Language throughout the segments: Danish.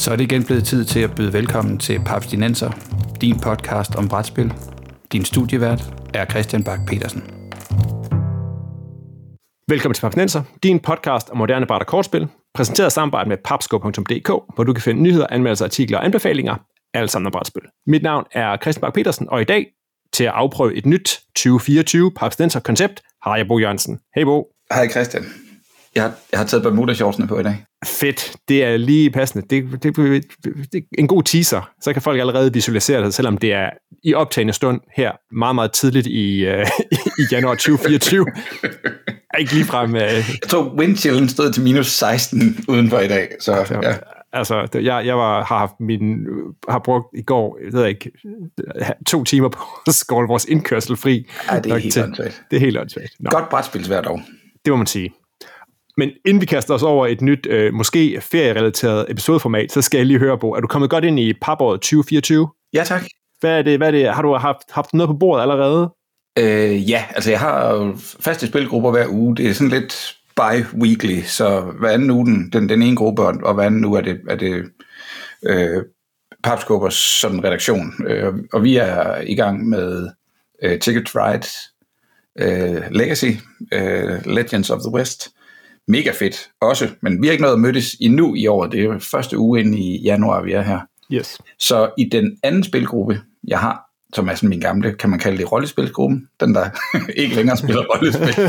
Så er det igen blevet tid til at byde velkommen til Papstinenser, din podcast om brætspil. Din studievært er Christian Bak Petersen. Velkommen til Papstinenser, din podcast om moderne bræt- og kortspil, præsenteret i samarbejde med papsko.dk, hvor du kan finde nyheder, anmeldelser, artikler og anbefalinger, alt sammen om brætspil. Mit navn er Christian Bak Petersen, og i dag til at afprøve et nyt 2024 Papstinenser-koncept har jeg Bo Jørgensen. Hej Bo. Hej Christian. Jeg har taget Bermuda-shortsene på i dag. Fedt, det er lige passende. Det er en god teaser, så kan folk allerede visualisere det, selvom det er i optagende stund her meget, meget tidligt i januar 2024. Ikke ligefrem... Jeg tror, windchillen stod til minus 16 udenfor i dag. Så, ja. Altså, jeg har brugt i går, jeg ved ikke, 2 timer på at skåle vores indkørsel fri. Ja, det er helt åndssvagt. Det er helt åndssvagt. Godt brætspilsvejr dog. Det må man sige. Men inden vi kaster os over et nyt, måske ferierelateret episodeformat, så skal jeg lige høre, Bo, er du kommet godt ind i papåret 2024? Ja, tak. Hvad er det? Har du haft noget på bordet allerede? Ja, altså jeg har jo faste spilgrupper hver uge. Det er sådan lidt bi-weekly, så hver anden uge den ene gruppe, og hver anden uge er det Papskubbers sådan redaktion. Og vi er i gang med Ticket to Ride Legacy, Legends of the West. Mega fedt også, men vi har ikke noget at mødes endnu i år. Det er jo første uge inde i januar, vi er her. Yes. Så i den anden spilgruppe, jeg har, som er sådan min gamle, kan man kalde det rollespilgruppen, den der ikke længere spiller rollespil.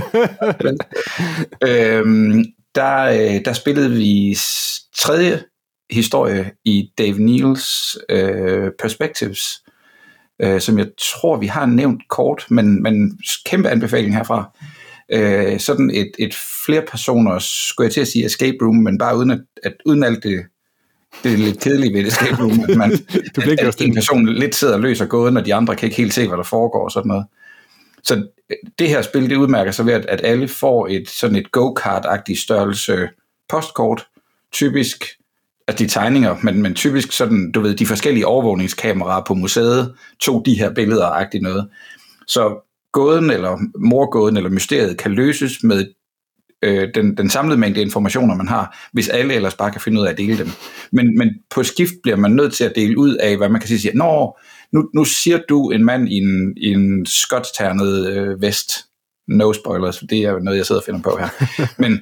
Der spillede vi tredje historie i Dave Neals Perspectives, som jeg tror, vi har nævnt kort, men kæmpe anbefaling herfra. Sådan et flerpersoners, skulle jeg til at sige escape room, men bare uden alt det er lidt kedeligt ved et escape room, at en person lidt sidder og løser gåden, og de andre kan ikke helt se, hvad der foregår og sådan noget. Så det her spil, det udmærker sig ved, at alle får sådan et go-kart-agtigt størrelse postkort, typisk, altså de tegninger, men typisk sådan, du ved, de forskellige overvågningskameraer på museet tog de her billeder-agtigt noget. Så gåden eller morgåden eller mysteriet kan løses med den samlede mængde informationer, man har, hvis alle ellers bare kan finde ud af at dele dem. Men på skift bliver man nødt til at dele ud af, hvad man kan sige. Nu siger du en mand i en skotsternet vest. No spoilers, for det er jo noget, jeg sidder og finder på her. Men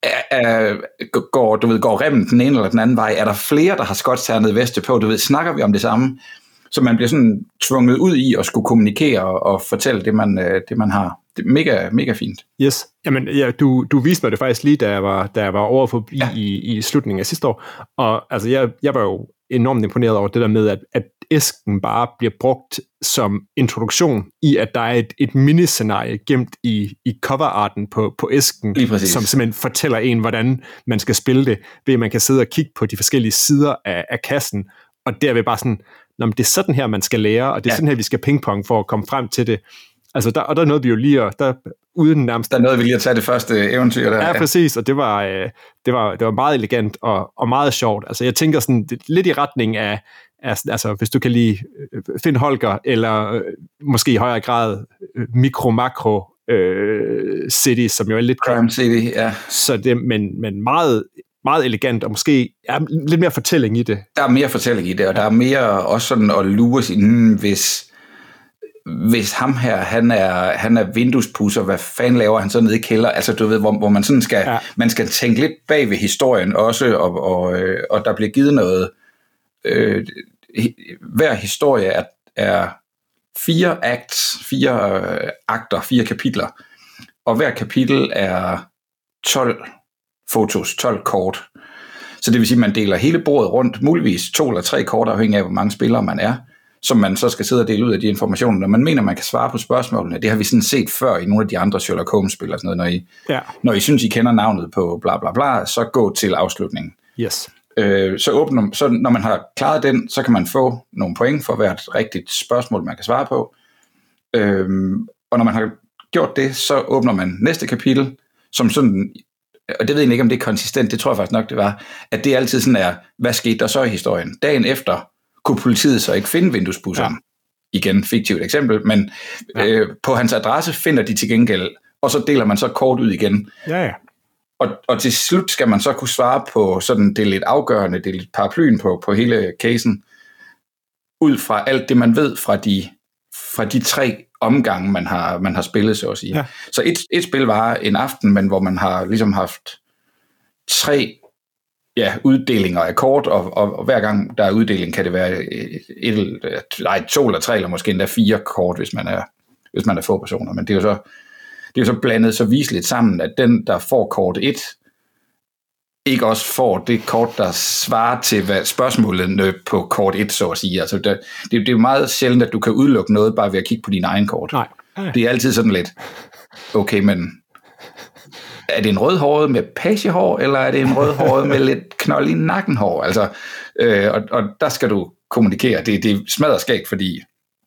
går remmen den ene eller den anden vej? Er der flere, der har skotsternet veste på? Du ved, snakker vi om det samme? Så man bliver sådan tvunget ud i at skulle kommunikere og fortælle det, man har. Det er mega, mega fint. Yes. Jamen, ja, du viste mig det faktisk lige, da jeg var over forbi i slutningen af sidste år. Og altså, jeg var jo enormt imponeret over det der med, at æsken bare bliver brugt som introduktion i, at der er et miniscenarie gemt i coverarten på æsken, som simpelthen fortæller en, hvordan man skal spille det, ved at man kan sidde og kigge på de forskellige sider af kassen, og derved bare sådan, det er sådan her, man skal lære, og det er sådan her, vi skal pingpong for at komme frem til det. Altså, der nåede vi jo lige uden nærmest... Der nåede vi lige at tage det første eventyr der. Ja, præcis, og det var meget elegant og meget sjovt. Altså, jeg tænker sådan lidt i retning af altså, hvis du kan lide Finn Holger, eller måske i højere grad Mikro-Makro City, som jo er lidt... Crime City, ja. Så det, men meget, meget elegant, og måske lidt mere fortælling i det. Der er mere fortælling i det, og der er mere også sådan at lure sig, hvis ham her, han er vinduespudser, hvad fanden laver han så nede i kælder? Altså du ved, hvor man sådan skal, man skal tænke lidt bag ved historien også, og der bliver givet noget. Hver historie er 4 akter, 4 kapitler, og hver kapitel er 12 fotos, 12 kort. Så det vil sige, at man deler hele bordet rundt, muligvis 2 eller 3 kort, afhængig af, hvor mange spillere man er, som man så skal sidde og dele ud af de informationer. Når man mener, man kan svare på spørgsmålene, det har vi sådan set før i nogle af de andre Sherlock Holmes-spil og sådan noget. Når I synes, I kender navnet på bla bla bla, så gå til afslutningen. Yes. Så når man har klaret den, så kan man få nogle point for hvert rigtigt spørgsmål, man kan svare på. Og når man har gjort det, så åbner man næste kapitel, som sådan, og det ved jeg ikke, om det er konsistent, det tror jeg faktisk nok, det var, at det altid sådan er, hvad skete der så i historien? Dagen efter kunne politiet så ikke finde vinduespudseren. Ja. Igen, fiktivt eksempel, men på hans adresse finder de til gengæld, og så deler man så kort ud igen. Ja. Og til slut skal man så kunne svare på sådan det lidt afgørende, det lidt paraplyen på hele casen, ud fra alt det, man ved fra de 3 omgange, man har spillet, så at sige. Ja. Så et spil var en aften, men hvor man har ligesom haft 3 uddelinger af kort, og hver gang der er uddeling, kan det være 2 eller 3, eller måske endda 4 kort, hvis man er få personer. Men det er jo så blandet så viseligt sammen, at den, der får kort 1, ikke også får det kort, der svarer til hvad spørgsmålet på kort 1, så at sige. Altså, det er jo meget sjældent, at du kan udelukke noget bare ved at kigge på din egen kort. Nej. Det er altid sådan lidt, okay, men er det en rødhåret med pagehår, eller er det en rødhåret med lidt knold i nakkenhår? Altså, og der skal du kommunikere. Det er smadderskægt, fordi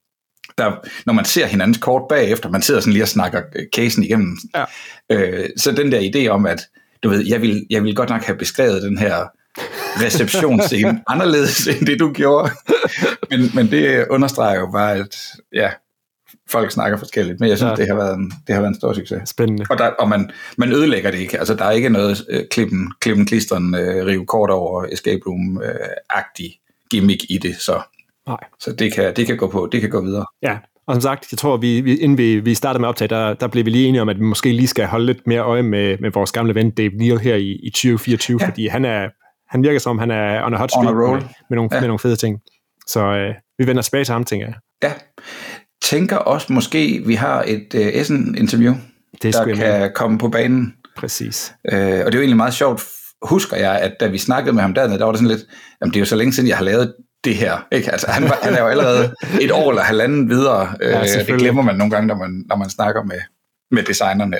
når man ser hinandens kort bagefter, man sidder sådan lige og snakker casen igennem. Ja. Så den der idé om, at du ved, jeg vil godt nok have beskrevet den her receptionsscene anderledes end det du gjorde. men det understreger jo bare, at folk snakker forskelligt. Men jeg synes, det har været en stor succes. Spændende. Og man ødelægger det ikke. Altså, der er ikke noget klippen klisteren, rive kort over escape room-agtig gimmick i det. Så det kan gå på. Det kan gå videre. Ja. Og som sagt, jeg tror, inden vi startede med optag, der blev vi lige enige om, at vi måske lige skal holde lidt mere øje med vores gamle ven Dave Neal her i 2024, fordi han virker som, han er on a hot streak med nogle fede ting. Så vi vender tilbage til ham, tænker jeg. Ja. Tænker også måske, vi har et Essen-interview, der kan komme på banen. Præcis. Og det er jo egentlig meget sjovt, husker jeg, at da vi snakkede med ham dernede, der var det sådan lidt, jamen det er jo så længe siden, jeg har lavet det her, ikke? Altså, han er jo allerede 1 år eller 1,5 videre. Det glemmer man nogle gange, når man snakker med designerne.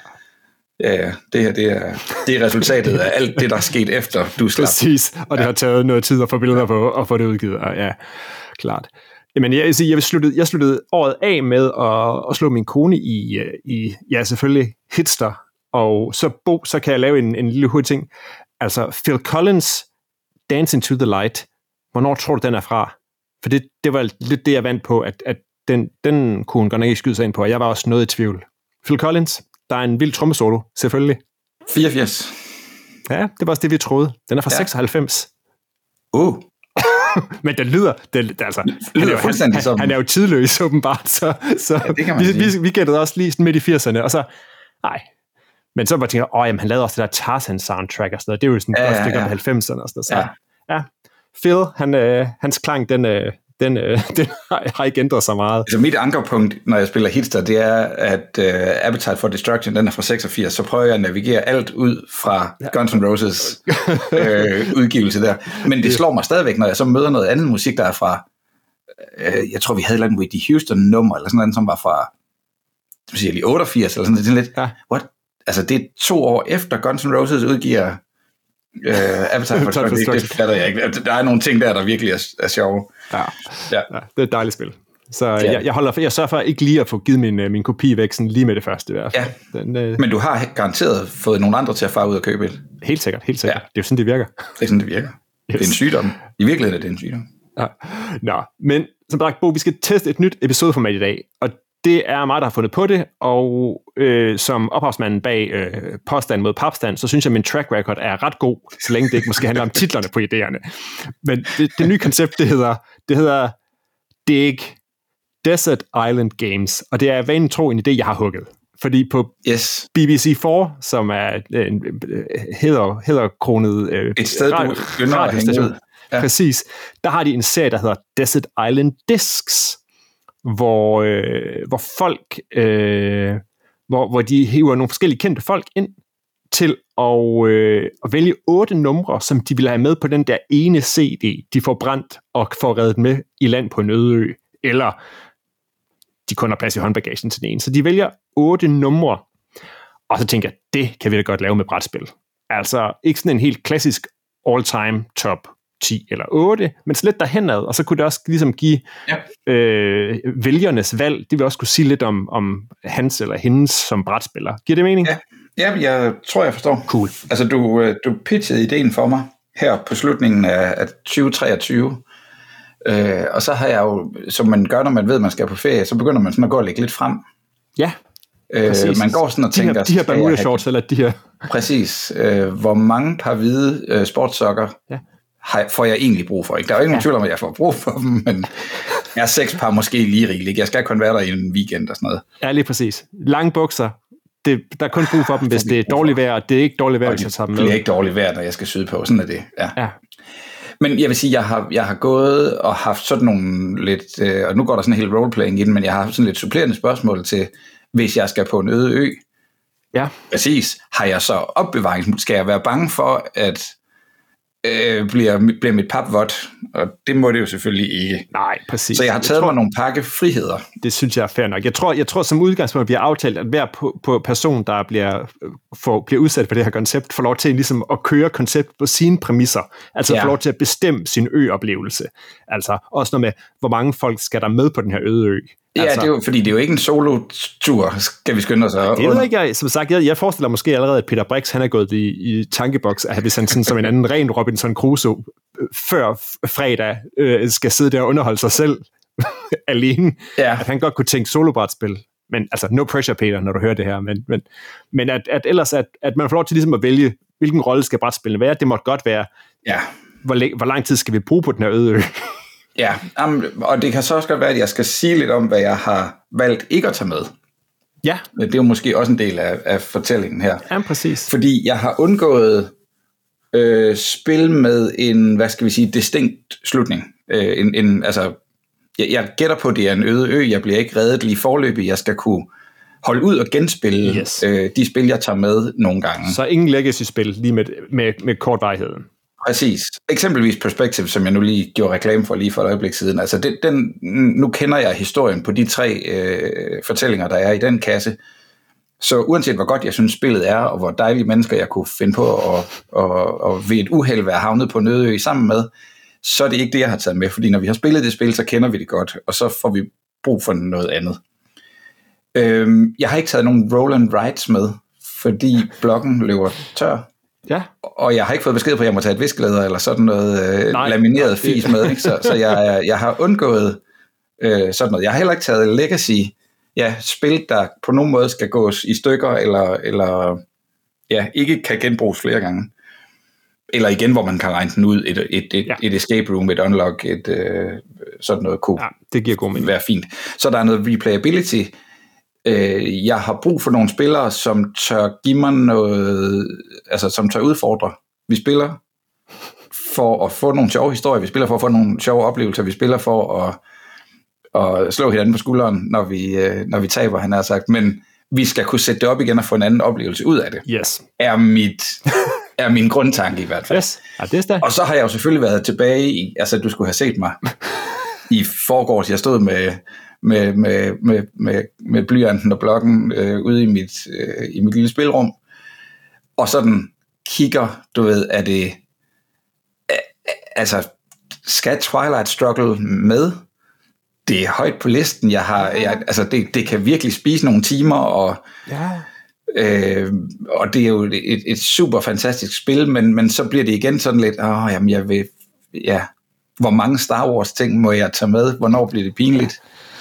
Det her, det er resultatet af alt det, der er sket efter du slap. Præcis, og det har taget noget tid at få billeder på og få det udgivet. Ja, klart. Jamen, jeg sluttede året af med at slå min kone i selvfølgelig Hitster, og så kan jeg lave en lille hurtig ting. Altså, Phil Collins, Dancing to the Light, hvornår tror du, den er fra? For det var lidt det, jeg vandt på, at den kunne godt nok ikke skyde sig ind på, og jeg var også noget i tvivl. Phil Collins, der er en vild trommesolo, selvfølgelig. 84. Ja, det var også det, vi troede. Den er fra 96. Men den lyder han er jo tidløs, åbenbart, så vi gættede også lige midt i 80'erne, og så, nej. Men så bare tænker jeg, han lavede også det der Tarzan-soundtrack og sådan noget, det er jo sådan et stykke af 90'erne og sådan noget, så ja. Phil, hans klang, den har ikke ændret sig meget. Altså mit ankerpunkt, når jeg spiller Hitster, det er, at Appetite for Destruction, den er fra 86, så prøver jeg at navigere alt ud fra Guns N' Roses udgivelse der. Men det slår mig stadigvæk, når jeg så møder noget andet musik, der er fra, jeg tror vi havde et eller andet Whitney Houston-nummer, eller sådan noget, som var fra, lige 88, eller sådan lidt. What? Altså det er 2 år efter Guns N' Roses udgiver Appetite for Destruction, det fatter jeg ikke. Der er nogle ting der virkelig er sjove. Ja, det er et dejligt spil. Så jeg sørger for ikke lige at få givet min kopi væk sådan lige med det første i hvert fald. Ja. Men du har garanteret fået nogle andre til at fare ud og købe et. Helt sikkert. Det er jo sådan, det virker. Det er sådan, det virker. Yes. Det er en sygdom. I virkeligheden er det en sygdom. Ja. Nå, men som sagt, Bo, vi skal teste et nyt episodeformat i dag, og det er mig, der har fundet på det, og som ophavsmanden bag påstand mod papstand, så synes jeg, at min track record er ret god, så længe det ikke måske handler om titlerne på idéerne. Men det nye koncept, det hedder DIG, Desert Island Games, og det er vanen tro en idé, jeg har hugget. Fordi på BBC4, som er en hæderkronet et sted, du begynder at hænge ud. Ja. Præcis. Der har de en serie, der hedder Desert Island Discs, hvor folk, hvor de hiver nogle forskellige kendte folk ind til at vælge 8 numre, som de vil have med på den der ene CD, de får brændt og får reddet med i land på en øde ø, eller de kun har plads i håndbagagen til den ene. Så de vælger 8 numre, og så tænker jeg, det kan vi da godt lave med brætspil. Altså ikke sådan en helt klassisk all-time top 10 eller 8, men så lidt derhenad, og så kunne det også ligesom give vælgernes valg, det vil også kunne sige lidt om hans eller hendes som brætspiller. Giver det mening? Ja, jeg tror, jeg forstår. Cool. Altså, du pitchede ideen for mig her på slutningen af 2023, og så har jeg jo, som man gør, når man ved, man skal på ferie, så begynder man sådan at gå og lægge lidt frem. Ja, man går sådan og tænker... De her Bermuda shorts, eller de her... Præcis. Hvor mange par hvide sportssokker får jeg egentlig brug for? Ikke? Der er jo ikke nogen tvivl om, at jeg får brug for dem, men jeg har 6 par måske lige rigeligt. Jeg skal kun være der i en weekend og sådan noget. Ja, lige præcis. Lange bukser. Der er kun brug for dem, hvis det er dårligt vejr, og det er ikke dårligt vejr, hvis jeg tager dem med. Det er ikke dårligt vejr, når jeg skal syde på. Sådan er det. Ja. Men jeg vil sige, jeg har gået og haft sådan nogle lidt, og nu går der sådan en hel roleplaying i den, men jeg har haft sådan lidt supplerende spørgsmål til, hvis jeg skal på en øde ø. Ja. Præcis. Har jeg så opbevaring? Skal jeg være bange for, at bliver mit pap vådt? Og det må det jo selvfølgelig ikke. Nej, præcis. Så jeg har taget mig nogle pakkefriheder. Det synes jeg er fair nok. Jeg tror som udgangspunkt bliver aftalt, at hver på person, der bliver udsat for det her koncept, får lov til ligesom at køre koncept på sine præmisser. Altså får lov til at bestemme sin ø-oplevelse. Altså også noget med, hvor mange folk skal der med på den her øde ø. Ja, det er jo, fordi det er jo ikke en solo-tur, skal vi skynde os at det ved ikke jeg. Som sagt, jeg forestiller måske allerede, at Peter Brix, han er gået i tankeboks, at hvis han sådan som en anden ren Robinson Crusoe før fredag skal sidde der og underholde sig selv alene, at han godt kunne tænke solobrætspil. Men altså, no pressure, Peter, når du hører det her. Men at ellers, at man får lov til ligesom at vælge, hvilken rolle skal brætspillet være. Det måtte godt være, hvor lang tid skal vi bruge på den her øde ø. Ja, og det kan så også godt være, at jeg skal sige lidt om, hvad jeg har valgt ikke at tage med. Ja. Det er jo måske også en del af fortællingen her. Ja, præcis. Fordi jeg har undgået spil med en, hvad skal vi sige, distinkt slutning. Altså, jeg gætter på, at det er en øde ø. Jeg bliver ikke reddet lige forløbig. Jeg skal kunne holde ud og genspille de spil, jeg tager med nogle gange. Så ingen legacy-spil lige med kortvarigheden. Præcis. Eksempelvis Perspective, som jeg nu lige gjorde reklame for lige for et øjeblik siden. Altså nu kender jeg historien på de 3 fortællinger, der er i den kasse. Så uanset hvor godt jeg synes spillet er, og hvor dejlige mennesker jeg kunne finde på og ved et uheld være havnet på Nødø sammen med, så er det ikke det, jeg har taget med. Fordi når vi har spillet det spil, så kender vi det godt, og så får vi brug for noget andet. Jeg har ikke taget nogen roll and writes med, fordi bloggen løber tør. Ja. Og jeg har ikke fået besked på, at jeg må tage et viskelæder eller sådan noget lamineret fis med. Ikke? Så jeg har undgået sådan noget. Jeg har heller ikke taget legacy, spil, der på nogen måde skal gås i stykker, eller ikke kan genbruges flere gange. Eller igen, hvor man kan regne den ud, et escape room, et unlock, sådan noget kunne det giver god mening. Være fint. Så der er noget replayability. Jeg har brug for nogle spillere, som tør give mig noget, altså som tør udfordre. Vi spiller for at få nogle sjove historier, vi spiller for at få nogle sjove oplevelser, vi spiller for at slå hinanden på skulderen, når vi taber, han har sagt, men vi skal kunne sætte det op igen og få en anden oplevelse ud af det. Yes. Er min grundtanke i hvert fald. Yes. Ja, det er stærkt. Og så har jeg jo selvfølgelig været tilbage i, altså du skulle have set mig i forgårs, jeg stod med blyanten og blokken ude i mit lille spilrum, og sådan kigger, du ved, er det altså, skal Twilight Struggle med? Det er højt på listen. Altså det kan virkelig spise nogle timer, og og det er jo et super fantastisk spil, men så bliver det igen sådan lidt, jamen jeg vil, hvor mange Star Wars ting må jeg tage med? Hvornår bliver det pinligt?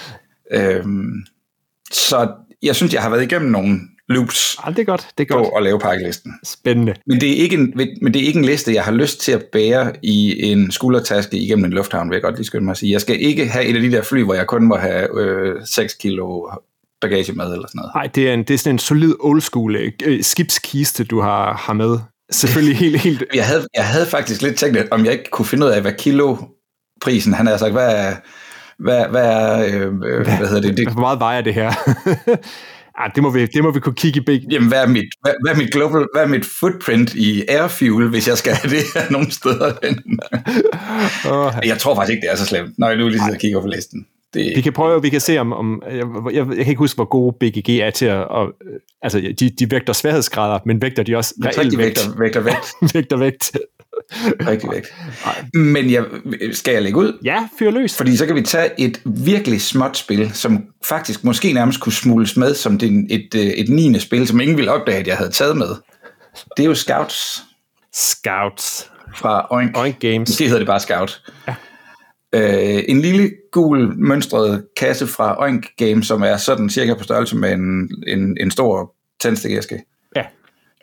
Så jeg synes, jeg har været igennem nogle loops det er godt. på at lave pakkelisten. Spændende. Men det er ikke en liste, jeg har lyst til at bære i en skuldertaske igennem en lufthavn, vil jeg godt lige skynde mig at sige. Jeg skal ikke have et af de der fly, hvor jeg kun må have 6 kilo bagage med eller sådan noget. Nej, det er sådan en solid old school skibskiste, du har med. Selvfølgelig helt... Jeg havde faktisk lidt tænkt, om jeg ikke kunne finde ud af, hvad kiloprisen, han har sagt, hvad hedder det? Hvor meget vejer det her? Det må vi kunne kigge i begge. Jamen, hvad er mit footprint i airfuel, hvis jeg skal have det her nogle steder hen? Jeg tror faktisk ikke, det er så slemt, når jeg nu lige sidder og kigger på listen. Vi kan prøve, vi kan se om jeg kan ikke huske, hvor gode BGG er til at altså, de vægter sværhedsgrader, men vægter de også reelt vægt. Vægter vægt. Rigtig vægt. Men skal jeg lægge ud? Ja, fyr løs. Fordi så kan vi tage et virkelig småt spil, som faktisk måske nærmest kunne smugles med som et 9. spil, som ingen ville opdage, at jeg havde taget med. Det er jo Scouts. Fra Oink Games. Måske hedder det bare Scout. Ja. En lille gul mønstret kasse fra Oink Games, som er sådan cirka på størrelse med en stor tændstikæske. Ja.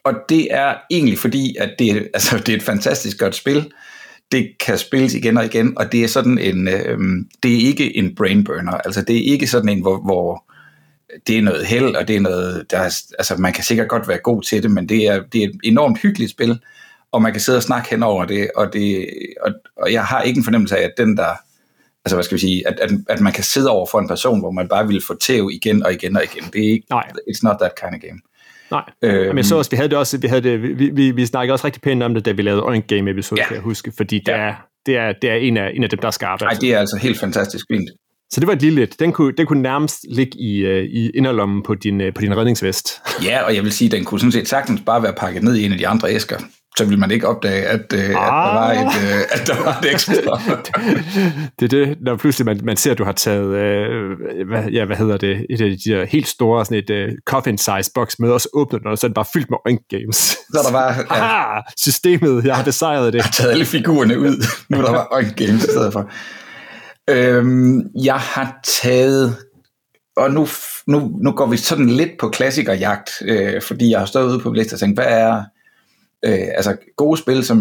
Og det er egentlig fordi, at det er et fantastisk godt spil. Det kan spilles igen og igen, og det er sådan en, det er ikke en brain burner. Altså det er ikke sådan en, hvor det er noget held, og det er noget, altså man kan sikkert godt være god til det, men det er et enormt hyggeligt spil, og man kan sidde og snakke hen over det, og jeg har ikke en fornemmelse af, at den der, altså hvad skal vi sige, at man kan sidde over for en person, hvor man bare vil få tæv igen og igen og igen. Det er ikke, it's not that kind of game. Nej, men jeg så også, vi snakkede også rigtig pænt om det, da vi lavede Oink Game episode, kan jeg huske, fordi det er en af dem, der er skarpe. Nej, det er altså helt fantastisk fint. Så det var et lille lidt. Den kunne nærmest ligge i inderlommen på din redningsvest. Ja, og jeg vil sige, den kunne sådan set sagtens bare være pakket ned i en af de andre æsker. Så vil man ikke opdage, at der var et ekstra. Det er det, når pludselig man ser, at du har taget, hvad hedder det, et af de der helt store, sådan et coffin-size box med, og så åbnet den, og så er den bare fyldt med Oink Games. Så der var systemet, jeg har besejret det. Jeg har taget alle figurerne ud, nu der var Oink Games i stedet for. Jeg har taget, og nu går vi sådan lidt på klassikerjagt, fordi jeg har stået ude på listen og tænkt, hvad er altså gode spil, som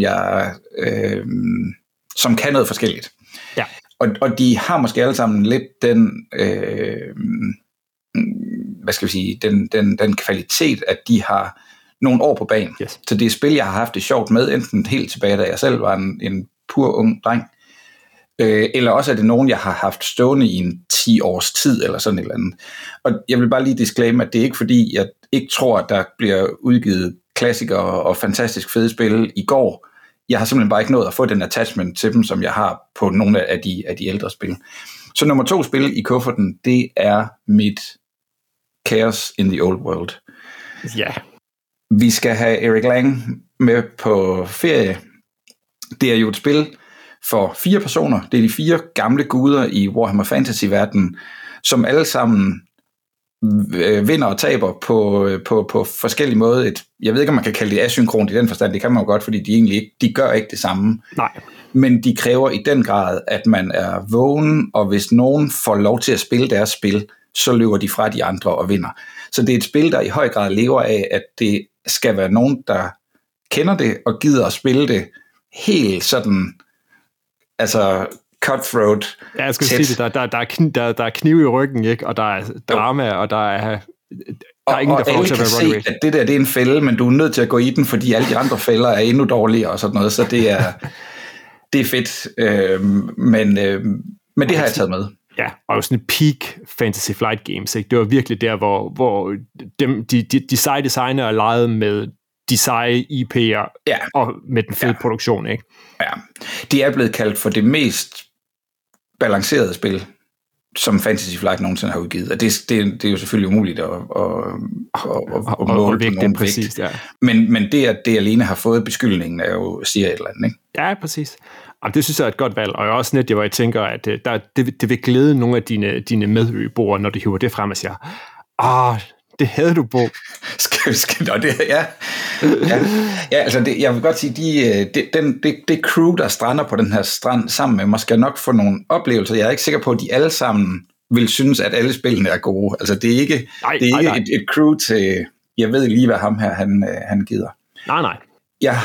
som kan noget forskelligt. Ja. Og de har måske alle sammen lidt den, hvad skal vi sige, den kvalitet, at de har nogle år på banen. Yes. Så det er spil, jeg har haft det sjovt med, enten helt tilbage, da jeg selv var en pur ung dreng, eller også er det nogen, jeg har haft stående i en 10 års tid, eller sådan et eller andet. Og jeg vil bare lige disclaimer, at det er ikke fordi, jeg ikke tror, at der bliver udgivet klassikere og fantastisk fede spil i går. Jeg har simpelthen bare ikke nået at få den attachment til dem, som jeg har på nogle af de ældre spil. Så nummer 2 spil i kufferten, det er mit Chaos in the Old World. Ja. Vi skal have Eric Lang med på ferie. Det er jo et spil for 4 personer. Det er de 4 gamle guder i Warhammer Fantasy-verdenen, som alle sammen vinder og taber på forskellige måder. Jeg ved ikke, om man kan kalde det asynkront i den forstand. Det kan man jo godt, fordi de gør ikke det samme. Nej. Men de kræver i den grad, at man er vågen, og hvis nogen får lov til at spille deres spil, så løber de fra de andre og vinder. Så det er et spil, der i høj grad lever af, at det skal være nogen, der kender det og gider at spille det helt sådan, altså cutthroat. Ja, jeg skulle sige det. Der er kniv i ryggen, ikke? Og der er drama, og der er ingen, der får lov til at være runaway. At det der, det er en fælde, men du er nødt til at gå i den, fordi alle de andre fælder er endnu dårligere og sådan noget, så det er fedt. Men det har jeg taget med. Ja, og sådan en peak Fantasy Flight Games, ikke? Det var virkelig der, hvor de seje designer legede med de seje IP'er og med den fede produktion, ikke? Ja, de er blevet kaldt for det mest balancerede spil, som Fantasy Flight nogensinde har udgivet. Og det er jo selvfølgelig umuligt at måle på nogen præcis, vægt. Ja. Men det, at det alene har fået beskyldningen, er jo siger et eller andet, ikke? Ja, præcis. Og det synes jeg er et godt valg, og jeg også net, hvor jeg tænker, at det vil glæde nogle af dine medøboere, når de hiver det frem og siger, det havde du, Bo. Altså jeg vil godt sige, det crew, der strander på den her strand sammen med mig, skal nok få nogle oplevelser. Jeg er ikke sikker på, at de alle sammen vil synes, at alle spillene er gode. Altså det er ikke, et crew til, jeg ved lige, hvad ham her, han gider. Nej. Jeg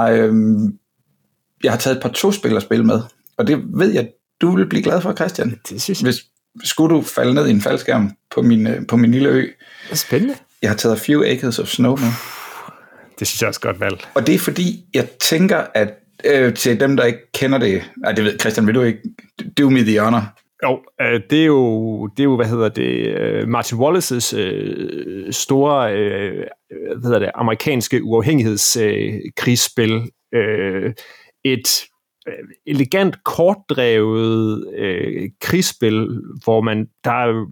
har taget et par 2-spillerspil med, og det ved jeg, du vil blive glad for, Christian. Det synes jeg. Hvis skulle du falde ned i en faldskærm på min lille ø. Det er spændende. Jeg har taget A Few Acres of Snow med. Det synes jeg også godt valg. Og det er fordi, jeg tænker, at til dem, der ikke kender det, det ved Christian, vil du ikke do me the honor? Jo, det er jo, hvad hedder det, Martin Wallaces store, amerikanske uafhængighedskrigsspil. Et elegant kortdrevet krigsspil, hvor der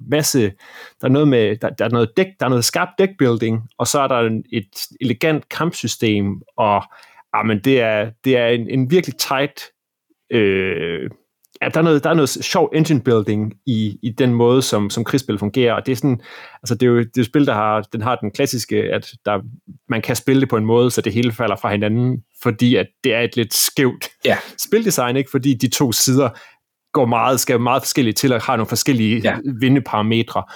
er noget skarp deckbuilding, og så er der et elegant kampsystem, og det er en virkelig tight der er noget sjov engine building i den måde, som krigsspil fungerer, og det er sådan, altså det er jo et spil, den har den klassiske, at man kan spille det på en måde, så det hele falder fra hinanden, fordi at det er et lidt skævt spildesign, ikke? Fordi de to sider skal meget forskelligt til, og har nogle forskellige vindeparametre,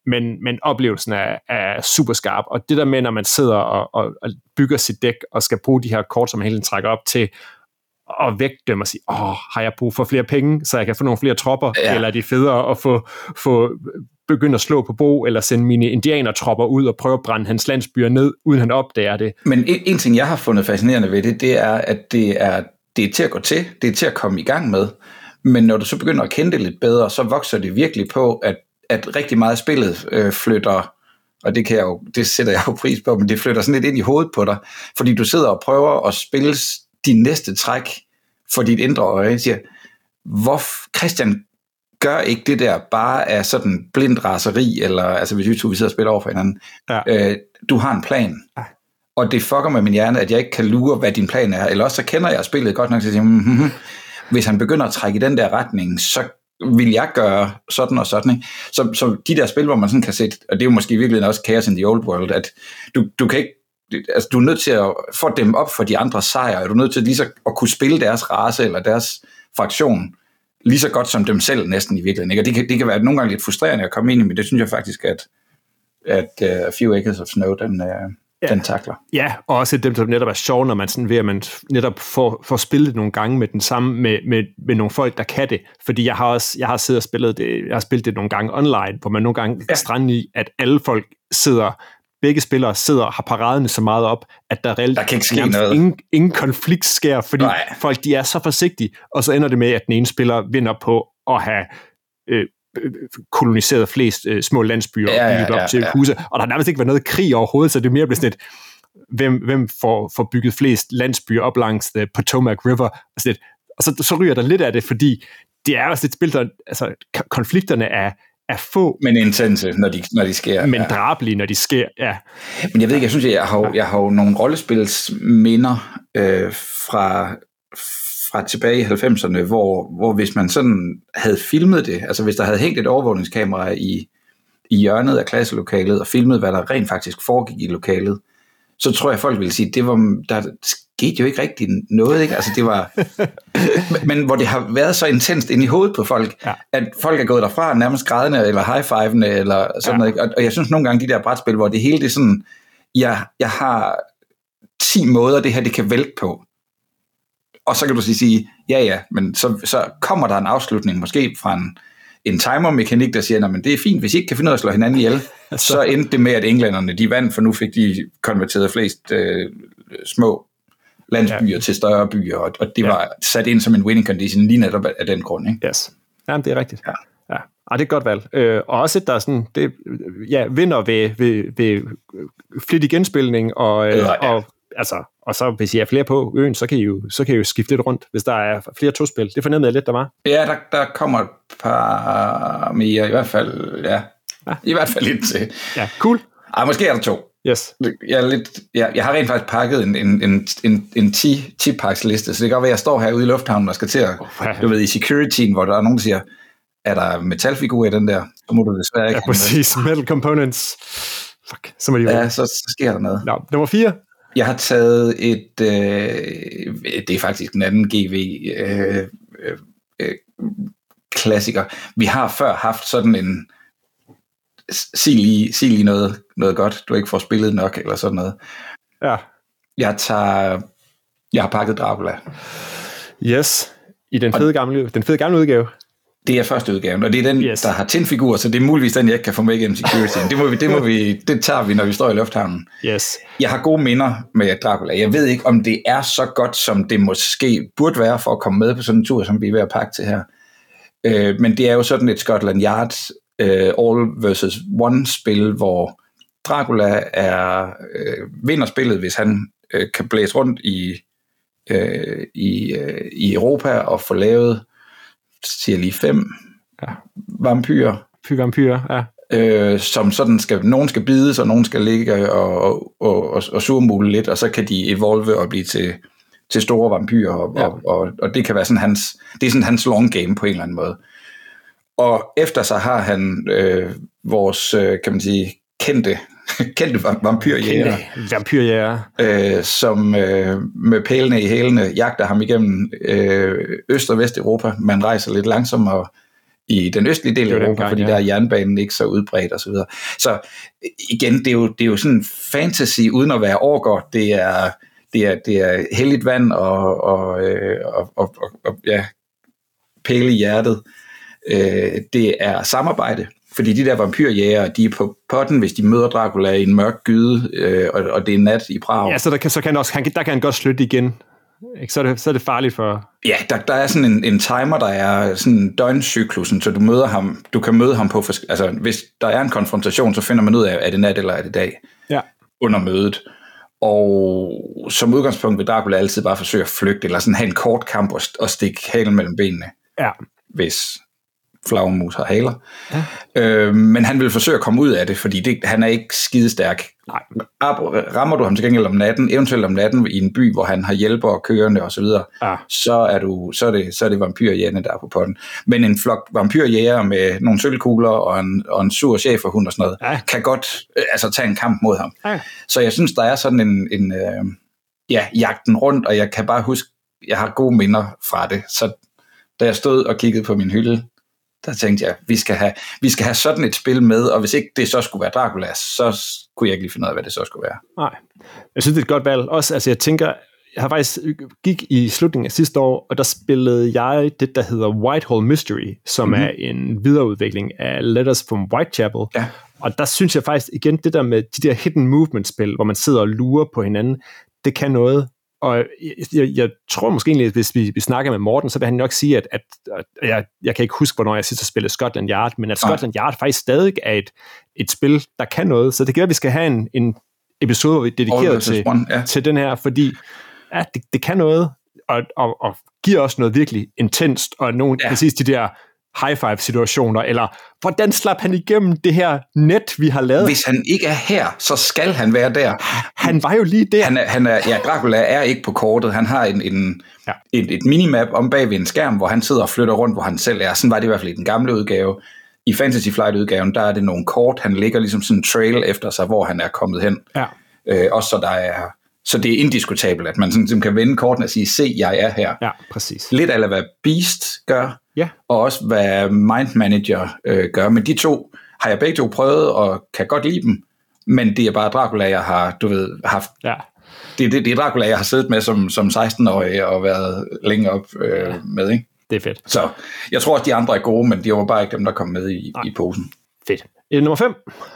men oplevelsen er super skarp, og det der med, når man sidder og bygger sit dæk, og skal bruge de her kort, som man hele tiden trækker op til, og vægte dem og sige, har jeg brug for flere penge, så jeg kan få nogle flere tropper, eller er det federe at få begynde at slå på Bo, eller sende mine indianertropper ud og prøve at brænde hans landsbyer ned, uden han opdager det. Men en ting, jeg har fundet fascinerende ved det er, at det er til at gå til, det er til at komme i gang med, men når du så begynder at kende det lidt bedre, så vokser det virkelig på, at rigtig meget af spillet flytter, og det sætter jeg jo pris på, men det flytter sådan lidt ind i hovedet på dig, fordi du sidder og prøver at spille de næste træk for dit indre øje, siger, Christian gør ikke det der bare af sådan blind raseri, eller altså hvis vi sidder og spiller over for hinanden. Ja. Du har en plan, og det fucker med min hjerne, at jeg ikke kan lure, hvad din plan er, eller også så kender jeg spillet godt nok til at sige, hvis han begynder at trække i den der retning, så vil jeg gøre sådan og sådan. Ikke? Så de der spil, hvor man sådan kan sætte, og det er jo måske i virkeligheden også Chaos in the Old World, at du kan ikke, altså du er nødt til at få dem op for de andre sejre, og du er nødt til lige så at kunne spille deres race eller deres fraktion lige så godt som dem selv næsten i virkeligheden. Ikke? Og det kan være nogle gange lidt frustrerende at komme ind i, men det synes jeg faktisk, at A Few Acres of Snow, den takler. Ja, og også dem, der netop er sjov, når man sådan ved, at man netop får spillet nogle gange med den samme, med nogle folk, der kan det. Fordi jeg har siddet og spillet det, jeg har spillet det nogle gange online, hvor man nogle gange strander i, at alle folk begge spillere har paraderne så meget op, at der reelt ingen konflikt sker, fordi folk, de er så forsigtige, og så ender det med, at den ene spiller vinder på at have koloniseret flest små landsbyer og bygget op til huse, og der har nærmest ikke været noget krig overhovedet, så det er mere blevet sådan et, hvem får bygget flest landsbyer op langs the Potomac River, og så ryger der lidt af det, fordi det er også et spil, der, altså konflikterne er få. Men intense, når de sker. Men drabelige, når de sker, ja. Men jeg ved ikke, jeg synes, jeg har jo nogle rollespilsminder fra tilbage i 90'erne, hvor hvis man sådan havde filmet det, altså hvis der havde hængt et overvågningskamera i hjørnet af klasselokalet og filmet, hvad der rent faktisk foregik i lokalet, så tror jeg, folk ville sige, der skete jo ikke rigtig noget, ikke? Altså det var, men hvor det har været så intenst inde i hovedet på folk, at folk er gået derfra nærmest grædende, eller high-fivende, eller sådan noget, ikke? Og jeg synes nogle gange, de der brætspil, hvor det hele det er sådan, jeg har 10 måder, det her det kan vælte på. Og så kan du sige, ja, men så kommer der en afslutning, måske fra en timer-mekanik, der siger, men det er fint, hvis I ikke kan finde ud af at slå hinanden ihjel, så endte det med, at englænderne, de vandt, for nu fik de konverteret flest små landsbyer til større byer, og det var sat ind som en winning condition lige netop af den grund. Ikke? Yes. Jamen, det er rigtigt. Ja. Det er et godt valg. Og også, der er sådan, vinder ved flittig genspilning, og så hvis I er flere på øen, så kan I jo skifte lidt rundt, hvis der er flere tospil. Det fornemmede jeg lidt, der var. Ja, der kommer et par mere, i hvert fald, i hvert fald lidt til. Ja, cool. Måske er der 2. Yes. Jeg har rent faktisk pakket en 10-paks liste, så det kan godt være, at jeg står herude i lufthavnen og skal til at, i securityen, hvor der er nogen, der siger, er der metalfigurer i den der? Så må du desværre ikke. Ja, præcis. Metal components. Fuck, så må de ja, så sker der noget. Nå, nummer 4. Jeg har taget det er faktisk en anden GV klassiker. Vi har før haft sådan en sig lige noget godt, du ikke får spillet nok, eller sådan noget. Ja. Jeg har pakket Dracula. Yes, i den fede gamle udgave. Det er første udgaven, og det er den, der har tinfigurer, så det er muligvis den, jeg ikke kan få med igennem security. Det tager vi, når vi står i lufthavnen. Yes. Jeg har gode minder med Dracula. Jeg ved ikke, om det er så godt, som det måske burde være for at komme med på sådan en tur, som vi er ved at pakke til her. Men det er jo sådan et Scotland Yard all versus one spil, hvor Dracula vinder spillet, hvis han kan blæse rundt i Europa og få lavet, siger lige 5 vampyrer. Vampyrer, ja. Som sådan nogen skal bides, og nogen skal ligge og surmule lidt, og så kan de evolve og blive til store vampyrer, og det kan være sådan hans long game på en eller anden måde. Og efter så har han vores, kan man sige, kendte vampyrjæger, som med pælene i hælene jagter ham igennem Øst- og Vesteuropa. Man rejser lidt langsommere i den østlige del af Europa, fordi der er jernbanen ikke så udbredt og så videre. Så igen, det er jo sådan fantasy uden at være orker. Det er helligt vand og ja, pæle i hjertet. Det er samarbejde, fordi de der vampyrjæger, de er på potten, hvis de møder Dracula i en mørk gyde, og det er nat i Prag. Ja, så der kan han godt slutte igen. Ikke? Så er det farligt for... Ja, der er sådan en timer, der er sådan døgncyklusen, så du kan møde ham på... Altså, hvis der er en konfrontation, så finder man ud af, er det nat eller er det dag under mødet. Og som udgangspunkt vil Dracula altid bare forsøge at flygte, eller sådan have en kort kamp og stikke halen mellem benene. Ja. Hvis flagermus har haler. Ja. Men han vil forsøge at komme ud af det, fordi han er ikke skidestærk. Nej. Rammer du ham til gengæld om natten, eventuelt om natten i en by, hvor han har hjælpere, kørende osv., så er det vampyrjægerne, der er på potten. Men en flok vampyrjæger med nogle sølvkugler og en sur cheferhund og sådan noget, kan godt tage en kamp mod ham. Ja. Så jeg synes, der er sådan en jagten rundt, og jeg kan bare huske, jeg har gode minder fra det. Så da jeg stod og kiggede på min hylde, der tænkte jeg, vi skal have sådan et spil med, og hvis ikke det så skulle være Dracula, så kunne jeg ikke lige finde ud af, hvad det så skulle være. Nej, jeg synes, det er et godt valg. Også, altså jeg tænker, jeg har faktisk gik i slutningen af sidste år, og der spillede jeg det, der hedder Whitehall Mystery, som er en videreudvikling af Letters from Whitechapel. Ja. Og der synes jeg faktisk igen, det der med de der hidden movement-spil, hvor man sidder og lurer på hinanden, det kan noget. Og jeg tror måske egentlig, at hvis vi snakker med Morten, så vil han nok sige, at jeg kan ikke huske, hvornår jeg sidst har spillet Scotland Yard, men at Scotland Yard faktisk stadig er et spil, der kan noget. Så det gør, at vi skal have en episode dedikeret til den her, fordi det kan noget, og giver også noget virkelig intenst, og præcis de der high-five-situationer, eller hvordan slap han igennem det her net, vi har lavet? Hvis han ikke er her, så skal han være der. Han var jo lige der. Dracula er ikke på kortet. Han har et minimap om bag ved en skærm, hvor han sidder og flytter rundt, hvor han selv er. Sådan var det i hvert fald i den gamle udgave. I Fantasy Flight-udgaven, der er det nogle kort, han ligger ligesom sådan en trail efter sig, hvor han er kommet hen. Ja. Også så det er indiskutabelt, at man sådan kan vende kortene og sige, se, jeg er her. Ja, præcis. Lidt af hvad Beast gør, og også hvad Mind Manager gør. Men de to har jeg begge to prøvet, og kan godt lide dem. Men det er bare Dracula, jeg har, haft. Ja. Det er Dracula, jeg har siddet med som 16-årig og været længe op med, ikke? Det er fedt. Så jeg tror også, de andre er gode, men de var bare ikke dem, der kom med i posen. Fedt. Nummer 5.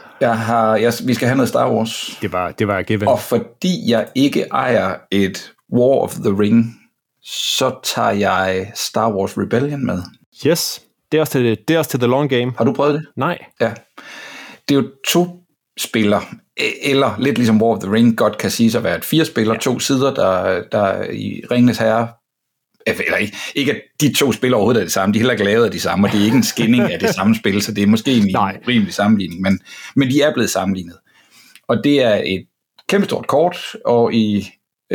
Vi skal have noget Star Wars. Det var given. Og fordi jeg ikke ejer et War of the Ring, så tager jeg Star Wars Rebellion med. Yes, det er også til the long game. Har du prøvet det? Nej. Ja. Det er jo 2 spillere, eller lidt ligesom War of the Ring godt kan siges at være et 4 spillere, 2 sider, der i Ringenes Herre, eller ikke at de 2 spil overhovedet er det samme, de er heller ikke lavet af de samme, og det er ikke en skinning af det samme spil, så det er måske en rimelig sammenligning, men de er blevet sammenlignet. Og det er et kæmpestort kort, og nu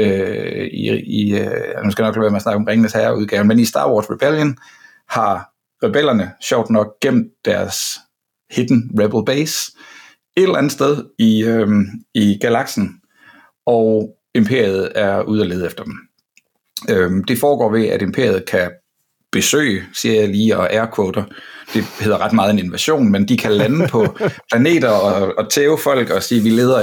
skal jeg nok lade være med at snakke om Ringenes Herre-udgaven, men i Star Wars Rebellion har rebellerne sjovt nok gemt deres hidden rebel base et eller andet sted i galaksen, og imperiet er ude at lede efter dem. Det foregår ved, at imperiet kan besøge, siger jeg lige, og airquoter. Det hedder ret meget en invasion, men de kan lande på planeter og tæve folk og sige, vi leder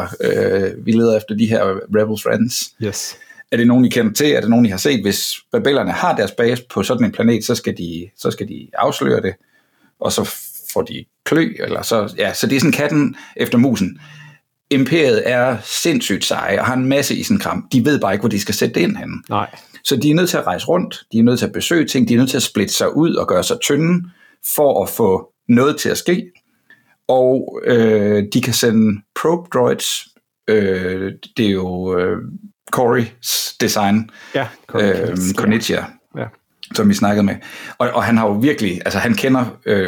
efter de her rebel friends. Yes. Er det nogen, I kender til? Er det nogen, I har set? Hvis rebellerne har deres base på sådan en planet, så skal de afsløre det, og så får de klø, eller så det er sådan katten efter musen. Imperiet er sindssygt seje og har en masse i sin kram. De ved bare ikke, hvor de skal sætte det ind henne. Nej. Så de er nødt til at rejse rundt, de er nødt til at besøge ting, de er nødt til at splitte sig ud og gøre sig tynde for at få noget til at ske. Og de kan sende probe droids. Det er jo Corys design. Ja, Cornitia. Ja. Som vi snakkede med. Og han har jo virkelig, altså han kender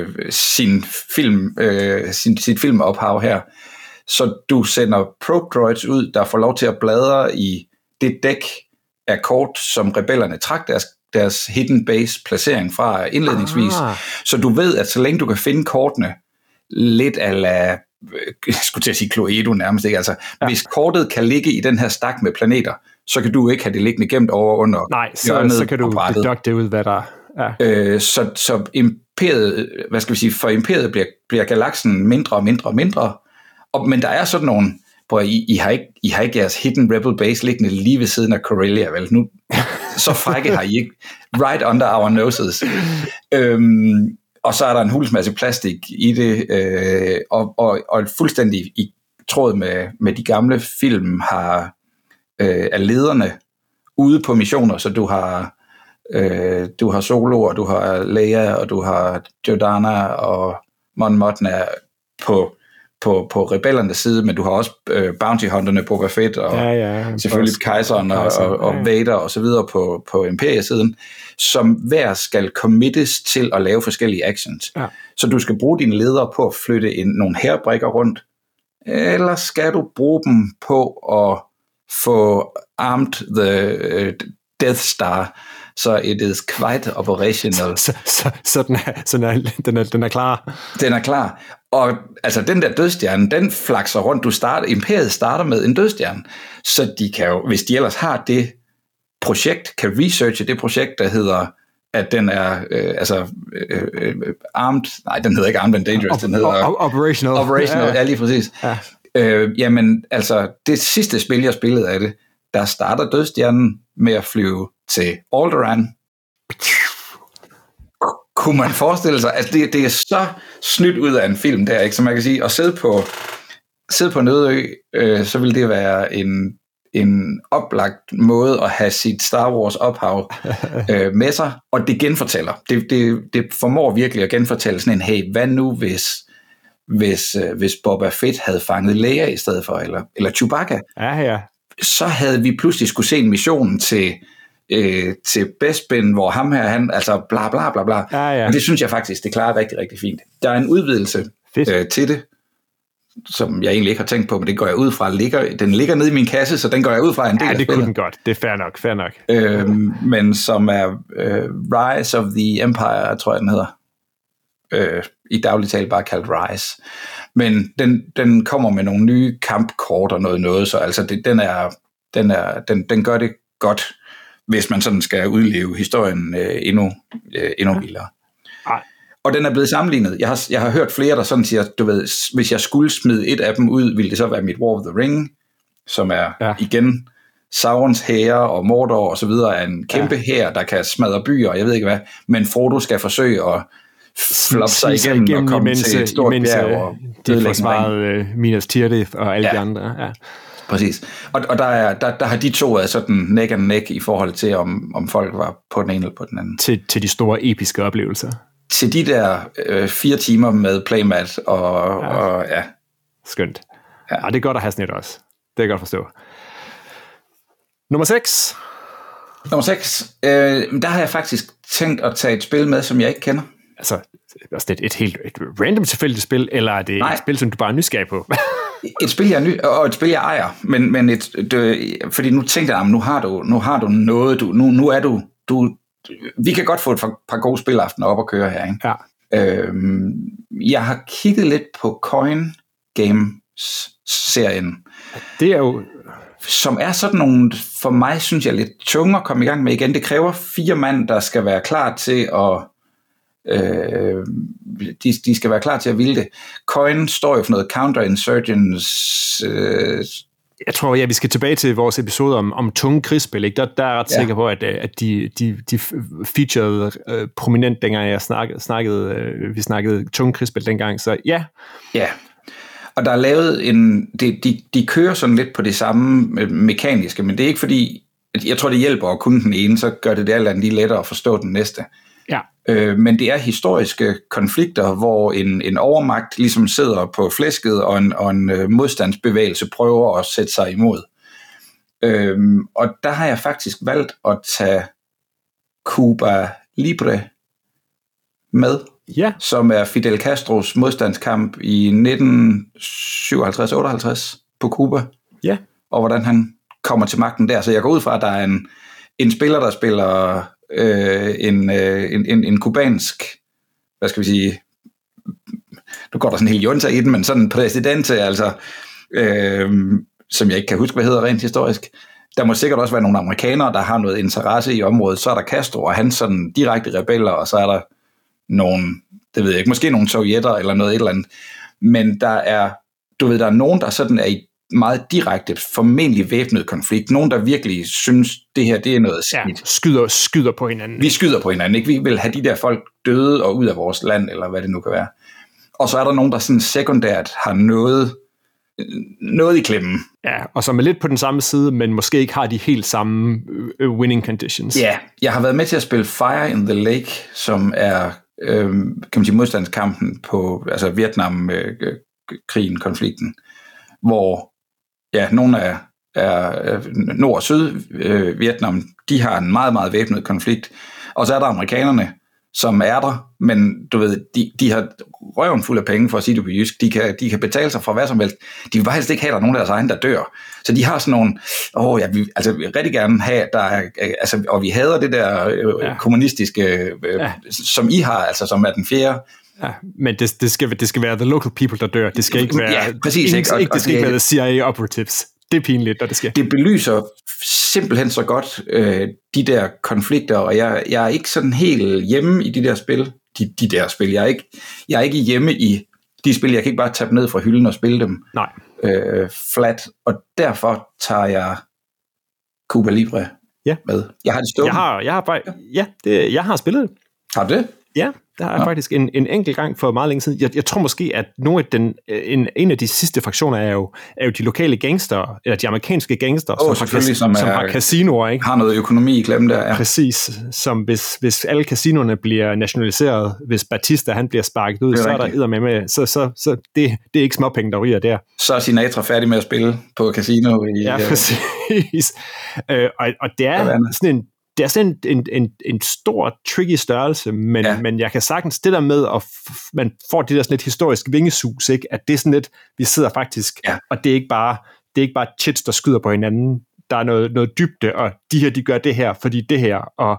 sit filmophav her. Så du sender probe droids ud, der får lov til at bladre i det dæk af kort, som rebellerne trak deres hidden base placering fra indledningsvis. Så du ved, at så længe du kan finde kortene lidt a la, jeg skulle til at sige Cluedo nærmest, ikke? Altså, hvis kortet kan ligge i den her stak med planeter, så kan du ikke have det liggende gemt over under. Nej, så kan du deducte ud, hvad der er. Så imperiet, hvad skal vi sige, for imperiet bliver galaksen mindre og mindre og mindre, men der er sådan nogle, I har ikke jeres hidden rebel base liggende lige ved siden af Corellia, vel? Nu, så frække har I ikke. Right under our noses. Og så er der en hulens masse plastik i det, og fuldstændig i tråd med de gamle film er lederne ude på missioner, så du har Solo, og du har Leia, og du har Jordana og Mon Mothma på rebellernes side, men du har også bounty hunterne, Boba Fett, og selvfølgelig kejseren og Vader og så videre på imperiesiden, som hver skal committes til at lave forskellige actions. Ja. Så du skal bruge dine ledere på at flytte nogle hærbrikker rundt, eller skal du bruge dem på at få armed the Death Star, så it is quite operational. Så den er klar. Den er klar. Og altså den der dødstjerne, den flakser rundt. Imperiet starter med en dødstjerne, så de kan jo, hvis de ellers har det projekt, kan researche det projekt, der hedder, at den er armed, nej, den hedder ikke armed and dangerous, den hedder operational, ja lige præcis. Ja. Jamen, altså, det sidste spil, jeg spillede af det, der starter dødstjernen med at flyve til Alderaan. Kunne man forestille sig, at det er så snydt ud af en film der, ikke? Så man kan sige, at sidde på en øde ø, så vil det være en oplagt måde at have sit Star Wars ophav med sig, og det genfortæller. Det formår virkelig at genfortælle sådan en, hey, hvad nu hvis Boba Fett havde fanget Leia i stedet for, eller Chewbacca? Ja. Så havde vi pludselig skulle se en mission til Bespin, hvor han altså bla bla bla bla. Ja. Og det synes jeg faktisk, det klarer rigtig, rigtig fint. Der er en udvidelse til det, som jeg egentlig ikke har tænkt på, men det går jeg ud fra, den ligger nede i min kasse, så den går jeg ud fra en del af det kunne den godt. Det er fair nok. Men som er Rise of the Empire, tror jeg, den hedder. I daglig tale bare kaldt Rise. Men den kommer med nogle nye kampkort og noget, så altså den gør det godt, hvis man sådan skal udleve historien endnu vildere. Og den er blevet sammenlignet. Jeg har hørt flere, der sådan siger, du ved, hvis jeg skulle smide et af dem ud, ville det så være mit War of the Ring, som er igen Saurons hære og Mordor og så videre, er en kæmpe hær, der kan smadre byer, og jeg ved ikke hvad, men Frodo skal forsøge at floppe sig igennem og komme til et stort bjerg og de forsvarede Minas Tirith og alle de andre. Ja. Præcis. Og der har de to af sådan neck and neck i forhold til, om folk var på den ene eller på den anden. Til de store episke oplevelser. Til de der 4 timer med playmat og ja. Skønt. Ja. Det er godt at have sådan et også. Det kan jeg godt forstå. Nummer 6. Der har jeg faktisk tænkt at tage et spil med, som jeg ikke kender. Altså, et helt random tilfældigt spil, eller er det et spil, som du bare er nysgerrig på? Et spil, og et spil, jeg ejer. Men fordi nu tænkte jeg, nu har du noget, nu er du vi kan godt få et par gode spilaftener op at køre her, ikke? Ja. Jeg har kigget lidt på Coin Games-serien. Det er jo... Som er sådan nogle, for mig synes jeg, lidt tunge at komme i gang med igen. Det kræver 4 mand, der skal være klar til at... de skal være klar til at ville det. Coin står jo for noget counterinsurgents... Jeg tror, vi skal tilbage til vores episode om tunge krigsspil, ikke? Der er jeg ret sikker på, at de featured prominent, dengang vi snakkede tunge krigsspil dengang, så ja. Ja, og der er lavet de kører sådan lidt på det samme mekaniske, men det er ikke fordi, jeg tror, det hjælper at kunne den ene, så gør det alt andet lige lettere at forstå den næste. Ja. Men det er historiske konflikter, hvor en overmagt ligesom sidder på flæsket, og en modstandsbevægelse prøver at sætte sig imod. Og der har jeg faktisk valgt at tage Cuba Libre med, som er Fidel Castros modstandskamp i 1957-58 på Cuba, og hvordan han kommer til magten der. Så jeg går ud fra, at der er en spiller, der spiller en kubansk, hvad skal vi sige, nu går der sådan en hel junta i den, men sådan en præsidente, altså, som jeg ikke kan huske, hvad hedder rent historisk. Der må sikkert også være nogle amerikanere, der har noget interesse i området. Så er der Castro, og han sådan direkte rebeller, og så er der nogle, det ved jeg ikke, måske nogle sovjetter eller noget et eller andet, men der er nogen, der sådan er i meget direkte, formentlig væbnet konflikt. Nogen, der virkelig synes, det her, det er noget skidt. Ja, skyder på hinanden. Vi skyder på hinanden, ikke? Vi vil have de der folk døde og ud af vores land, eller hvad det nu kan være. Og så er der nogen, der sådan sekundært har noget i klemmen. Ja, og som er lidt på den samme side, men måske ikke har de helt samme winning conditions. Ja, jeg har været med til at spille Fire in the Lake, som er kan man sige, modstandskampen på altså Vietnam-krigen, konflikten, hvor nogle af Nord- og Syd-Vietnam, de har en meget, meget væbnet konflikt. Og så er der amerikanerne, som er der, men du ved, de har røven fuld af penge, for at sige det på jysk. De kan betale sig for hvad som helst. De vil bare helst ikke have, at der er nogen af deres egen, der dør. Så de har sådan nogle, vi vil rigtig gerne have, der er, altså, og vi hader det der kommunistiske, som I har, altså som er den fjerde. Ja, men det skal være the local people, der dør. Det skal ikke være, præcis, ikke det skal ikke være the CIA operatives. Det er pinligt, når det sker. Det belyser simpelthen så godt de der konflikter, og jeg er ikke sådan helt hjemme i de der spil. De der spil. Jeg er ikke hjemme i de spil. Jeg kan ikke bare tage dem ned fra hylden og spille dem flat, og derfor tager jeg Cuba Libre med. Jeg har det stående. Jeg har spillet det. Har du det? Ja, der er faktisk en enkelt gang for meget længe siden. Jeg tror måske, at en af de sidste fraktioner er jo de lokale gangster, eller de amerikanske gangster, som har casinoer, ikke? Har noget økonomi i klemme der, ja. Præcis, som hvis alle casinoerne bliver nationaliseret, hvis Batista han bliver sparket ud, så er der eddermame, så det er ikke småpenge, der ryger der. Så er Sinatra færdig med at spille på casino. Ja, præcis. Og det er sådan en stor, tricky størrelse, men jeg kan sagtens det der med, at man får det der sådan lidt historisk vingesus, ikke? At det er sådan lidt, vi sidder faktisk, og det er ikke bare chits, der skyder på hinanden. Der er noget dybde, og de her, de gør det her, fordi det her, og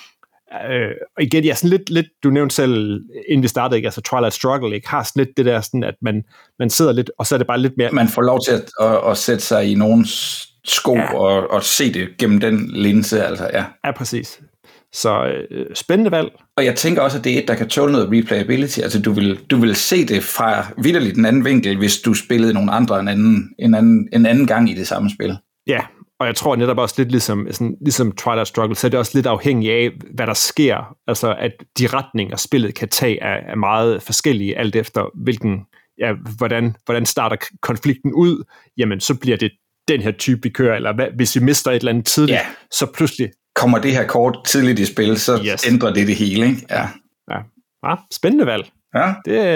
igen, jeg er sådan lidt, du nævnte selv, inden vi startede, ikke? Altså Twilight Struggle, ikke? Har sådan lidt det der sådan, at man sidder lidt, og så er det bare lidt mere... Man får lov til at sætte sig i nogens sko og se det gennem den linse, altså, Ja, præcis. Så spændende valg. Og jeg tænker også, at det er et, der kan tåle noget replayability. Altså, du vil se det fra vitterligt den anden vinkel, hvis du spillede nogle andre en anden gang i det samme spil. Ja, og jeg tror netop også lidt ligesom Twilight Struggle, så er det også lidt afhængigt af, hvad der sker. Altså, at de retninger, spillet kan tage, er meget forskellige, alt efter hvordan starter konflikten ud. Jamen, så bliver det den her type, vi kører, eller hvis vi mister et eller andet tidligt, så pludselig... Kommer det her kort tidligt i spil, så ændrer det hele, ikke? Ja, spændende valg. Ja.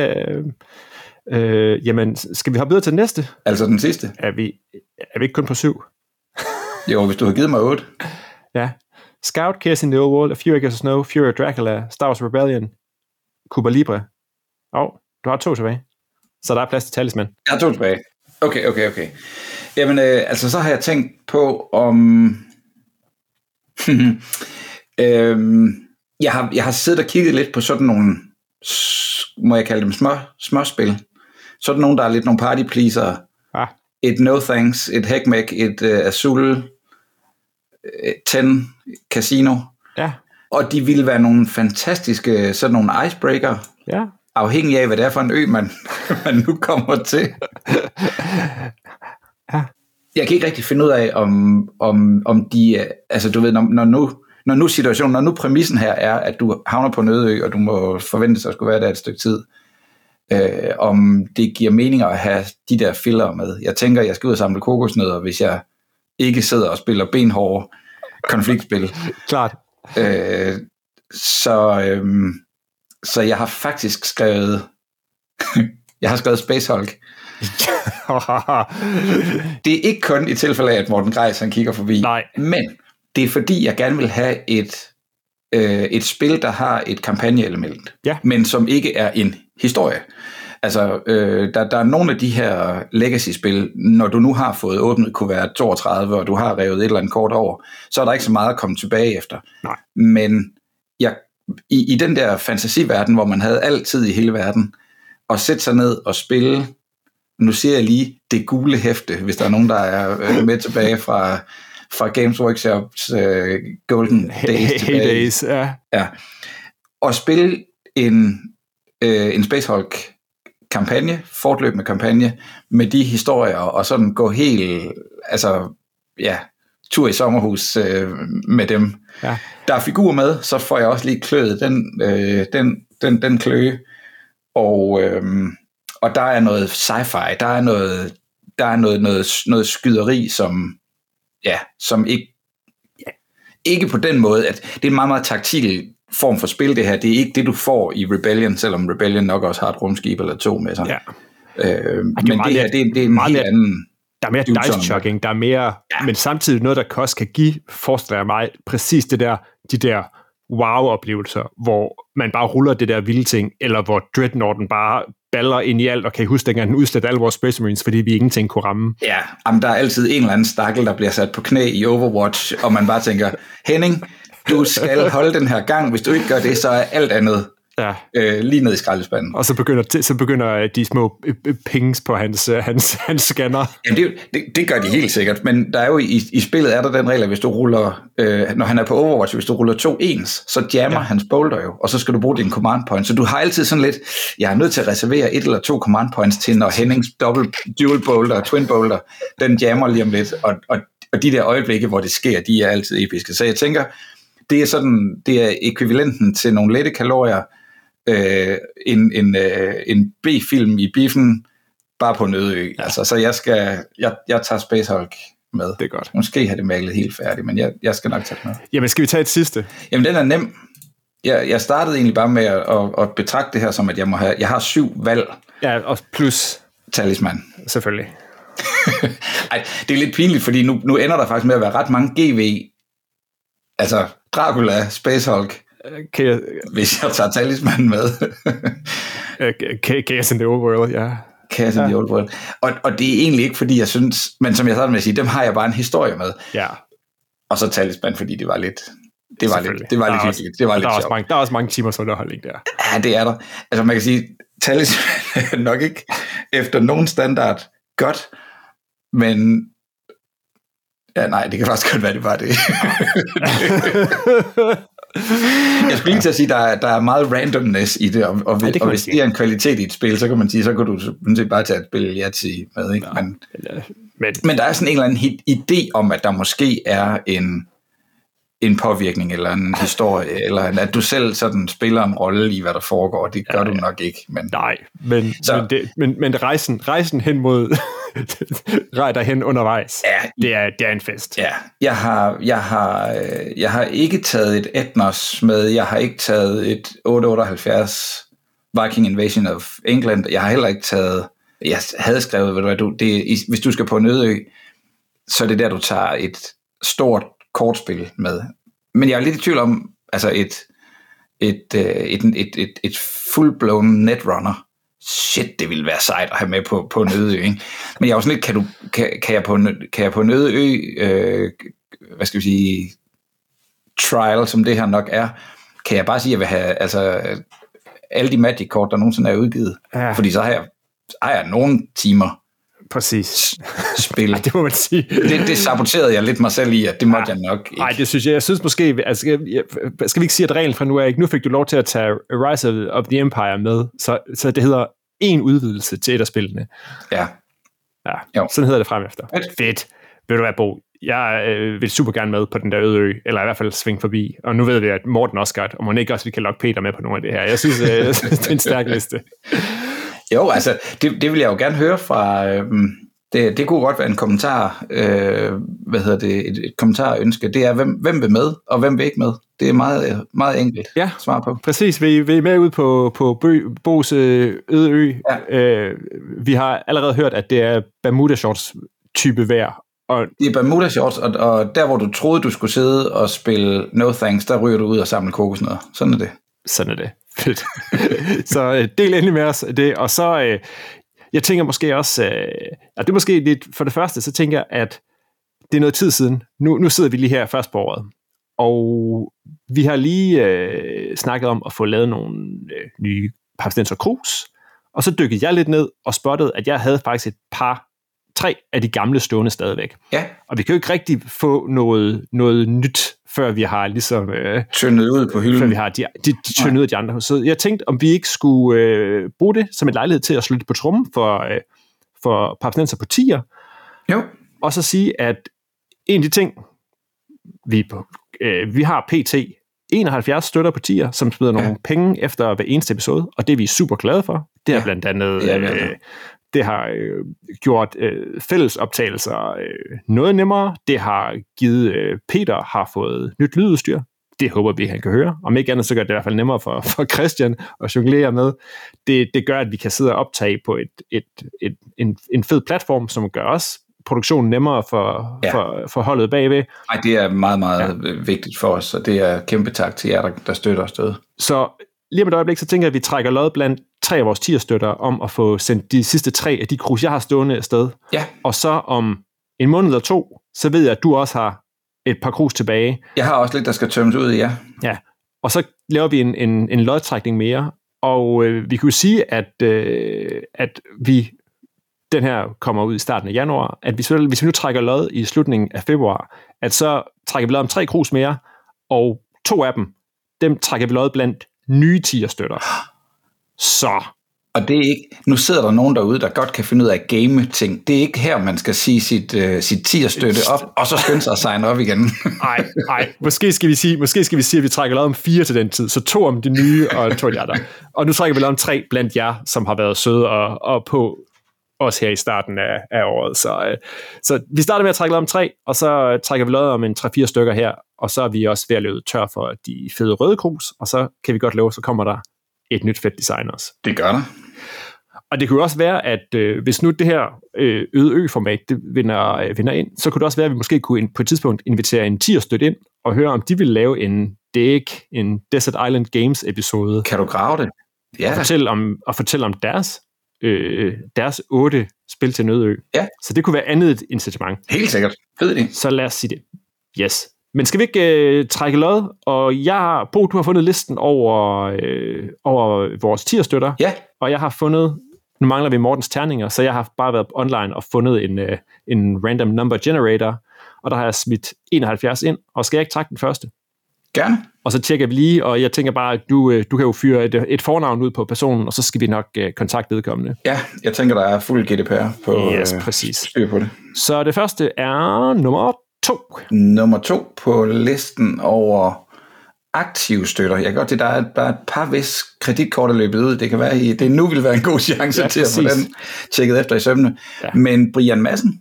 Jamen, skal vi hoppe videre til den næste? Altså den sidste? Er vi ikke kun på 7? Jo, hvis du har givet mig 8. Ja. Scout, Chaos in the Old World, A Few Acres of Snow, Fury of Dracula, Star Wars Rebellion, Cuba Libre. Du har 2 tilbage. Så der er plads til talisman. Jeg har 2 tilbage. Okay. Jamen, altså så har jeg tænkt på om... jeg har siddet og kigget lidt på sådan nogle, må jeg kalde dem småspil. Sådan nogle, der er lidt nogle party pleaser. Et No Thanks, et Heckmech, et Azul, 10 Casino. Ja. Og de ville være nogle fantastiske, sådan nogle icebreaker. Ja. Afhængig af, hvad det er for en ø, man nu kommer til. Ja. Jeg kan ikke rigtig finde ud af, om de, altså du ved, når nu situationen, når nu præmissen her er, at du havner på en øde ø, og du må forvente sig at skulle være der et stykke tid, om det giver mening at have de der filler med. Jeg tænker, jeg skal ud og samle kokosnødder, hvis jeg ikke sidder og spiller benhårde konfliktspil. Klart. Så jeg har faktisk skrevet Space Hulk. Det er ikke kun i tilfælde af, at Morten Greis han kigger forbi. Nej. Men det er fordi, jeg gerne vil have et spil, der har et kampagneelement, men som ikke er en historie. Altså, der er nogle af de her legacy-spil, når du nu har fået åbnet kuvert 32, og du har revet et eller andet kort over, så er der ikke så meget at komme tilbage efter. Nej. Men i den der fantasiverden, hvor man havde altid i hele verden, at sætte sig ned og spille, nu siger jeg lige det gule hæfte, hvis der er nogen, der er med tilbage fra Games Workshops Golden Days tilbage. Days, ja. Og spille en Space Hulk kampagne, fortløbende kampagne, med de historier, og sådan gå helt, altså, ja, tur i sommerhus med dem. Ja. Der er figurer med, så får jeg også lige kløet den kløe, og der er noget sci-fi, der er noget skyderi, som ikke på den måde, at det er en meget, meget taktil form for spil, det her. Det er ikke det, du får i Rebellion, selvom Rebellion nok også har et rumskib eller 2 med sig. Ja. Men det her, det er en helt anden... Der er mere dice-chucking, der er mere, men samtidig noget, der også kan give, forestiller jeg mig, præcis de der wow-oplevelser, hvor man bare ruller det der vilde ting, eller hvor Dreadnoughten bare baller ind i alt, og kan I huske, dengang den udstillede alle vores Space Marines, fordi vi ingenting kunne ramme. Ja, jamen, der er altid en eller anden stakkel, der bliver sat på knæ i Overwatch, og man bare tænker, Henning, du skal holde den her gang, hvis du ikke gør det, så er alt andet lige ned i skraldespanden. Og så begynder de små pings på hans scanner. Jamen det gør de helt sikkert, men der er jo i spillet er der den regel, at hvis du ruller, når han er på Overwatch, hvis du ruller 2 ens, så jammer hans boulder jo, og så skal du bruge din command point. Så du har altid sådan lidt, jeg er nødt til at reservere 1 eller 2 command points til, når Hennings dual boulder, twin boulder, den jammer lige om lidt, og de der øjeblikke, hvor det sker, de er altid episke. Så jeg tænker, det er ekvivalenten til nogle lette kalorier, en B-film i biffen, bare på en øde ø. Ja. Altså, så jeg tager Space Hulk med. Det er godt. Måske har det malet helt færdigt, men jeg skal nok tage det med. Jamen, skal vi tage et sidste? Jamen, den er nem. Jeg startede egentlig bare med at betragte det her som, at jeg har 7 valg. Ja, og plus talisman. Selvfølgelig. Ej, det er lidt pinligt, fordi nu ender der faktisk med at være ret mange GV. Altså, Dracula, Space Hulk, hvis jeg tager talismanen med. Chaos in the Old World, ja. Chaos in the Old World. Og det er egentlig ikke, fordi jeg synes, men som jeg startede med at sige, dem har jeg bare en historie med. Ja. Og så talisman, fordi det var lidt hyggeligt. Det var lidt sjovt. Der er også mange timers underholdning der. Ja, det er der. Altså man kan sige, talisman er nok ikke efter nogen standard godt, men ja, nej, det kan faktisk godt være, det var det. Jeg skulle lige til at sige, at der er meget randomness i det, og hvis det er en kvalitet i et spil, så kan man sige, så kan du bare tage et spil Yahtzee med, ikke? Men der er sådan en eller anden idé om, at der måske er en påvirkning, eller en historie, eller at du selv sådan spiller en rolle i, hvad der foregår. Det gør du nok ikke. Men, nej, men rejsen hen mod rej hen undervejs, det er en fest. Ja, jeg har ikke taget et Ethnos med, jeg har ikke taget et 878 Viking Invasion of England, jeg har heller ikke taget, jeg havde skrevet, hvis du skal på en øde ø, så er det der, du tager et stort kortspil med. Men jeg er lidt i tvivl om, altså et full-blown netrunner. Shit, det ville være sejt at have med på en øde ø, ikke? Men jeg er også lidt, kan jeg på en øde ø, hvad skal vi sige, trial, som det her nok er, kan jeg bare sige, at jeg vil have altså alle de Magic-kort, der nogensinde er udgivet. Ja. Fordi så har jeg nogle timer præcis spil. Det må man sige. Det saboterede jeg lidt mig selv i, at det måtte jeg nok ikke. Nej, det synes jeg. Jeg synes måske, altså, skal vi ikke sige, at reglen fra nu af ikke? Nu fik du lov til at tage Rise of the Empire med, så det hedder en udvidelse til et af spillene. Ja. Ja, sådan hedder det frem efter. Fedt. Vil du være, Bo? Jeg vil super gerne med på den der øde ø, eller i hvert fald svinge forbi. Og nu ved vi, at Morten også godt, og må ikke også, vi kan lokke Peter med på nogle af det her. Jeg synes, det er en stærk liste. Jo, altså, det vil jeg jo gerne høre fra... Det kunne godt være en kommentar, et kommentarønske. Det er, hvem vil med, og hvem vil ikke med. Det er meget, meget enkelt svar på. Præcis. Vi er med ud på Bos øde ø. Ja. Vi har allerede hørt, at det er Bermuda Shorts type vejr. Det er Bermuda Shorts, og der, hvor du troede, du skulle sidde og spille No Thanks, der ryger du ud og samle kokosnødder. Sådan er det. Sådan er det. Fedt. Så del endelig med os det. Og så, jeg tænker måske også, at det er måske lidt, for det første, så tænker jeg, at det er noget tid siden. Nu sidder vi lige her først på året, og vi har lige snakket om at få lavet nogle nye Papsnenser Krus, og så dykkede jeg lidt ned og spottede, at jeg havde faktisk et par 3 af de gamle stående stadigvæk. Ja. Og vi kan jo ikke rigtig få noget nyt, før vi har ligesom... tyndet ud på hylden. Før vi har de tyndet ud af de andre. Så jeg tænkte, om vi ikke skulle bruge det som et lejlighed til at slå lidt på trummen for Papsnenser på 10'er. Jo. Og så sige, at en af de ting, vi har pt. 71 støtter på 10'er, som smider nogle penge efter hver eneste episode, og det er vi super glade for. Det har blandt andet det har gjort fælles optagelser noget nemmere. Det har givet Peter har fået nyt lydudstyr. Det håber vi, han kan høre. Om ikke andet, så gør det i hvert fald nemmere for Christian at jonglere med. Det gør, at vi kan sidde og optage på en fed platform, som gør os produktionen nemmere for holdet bagved. Nej, det er meget, meget vigtigt for os, og det er kæmpe tak til jer, der støtter os stød. Så lige om et øjeblik, så tænker jeg, at vi trækker lod blandt 3 af vores 10'er-støtter om at få sendt de sidste 3 af de krus, jeg har stående afsted. Ja. Og så om en måned eller 2, så ved jeg, at du også har et par krus tilbage. Jeg har også lidt, der skal tømmes ud, ja. Ja, og så laver vi en lodtrækning mere, og vi kunne sige, at vi den her kommer ud i starten af januar, at hvis vi nu trækker lod i slutningen af februar, at så trækker vi lod om 3 krus mere, og 2 af dem trækker vi lod blandt nye 10'er-støtter. Så. Og det er ikke, nu sidder der nogen derude, der godt kan finde ud af at game ting. Det er ikke her, man skal sige sit 10'er-støtte op, og så skynde sig at signe op igen. Nej. Måske skal vi sige, at vi trækker lod om 4 til den tid, så 2 om de nye, og 2 af de andre. Og nu trækker vi lod om 3 blandt jer, som har været søde og på også her i starten af året. Så vi starter med at trække lod om 3, og så trækker vi lod om en 3-4 stykker her, og så er vi også ved at løbe tør for de fede røde krus, og så kan vi godt love, så kommer der et nyt fedt design også. Det gør der. Og det kunne også være, at hvis nu det her øde ø-format vinder ind, så kunne det også være, at vi måske kunne på et tidspunkt invitere en 10'er-støtte ind, og høre, om de ville lave en Desert Island Games episode. Kan du grave det? Ja. Og fortælle om deres 8 spil til Nødø. Ja. Så det kunne være andet et incitament. Helt sikkert. Ved det. Så lad os sige det. Yes. Men skal vi ikke trække lod? Og Bo, du har fundet listen over vores 10'er-støtter. Ja. Og jeg har fundet, nu mangler vi Mortens terninger, så jeg har bare været online og fundet en random number generator, og der har jeg smidt 71 ind, og skal jeg ikke trække den første? Gerne. Og så tjekker vi lige, og jeg tænker bare, at du kan jo fyre et fornavn ud på personen, og så skal vi nok kontakte vedkommende. Ja, jeg tænker, der er fuld GDPR på præcis. Styr på det. Så det første er nummer 2. Nummer 2 på listen over aktive støtter. Jeg kan godt til, der er et par vis kreditkort, der løbet ud. Det kan være, det nu vil være en god chance til at få den tjekket efter i sømmene. Ja. Men Brian Madsen,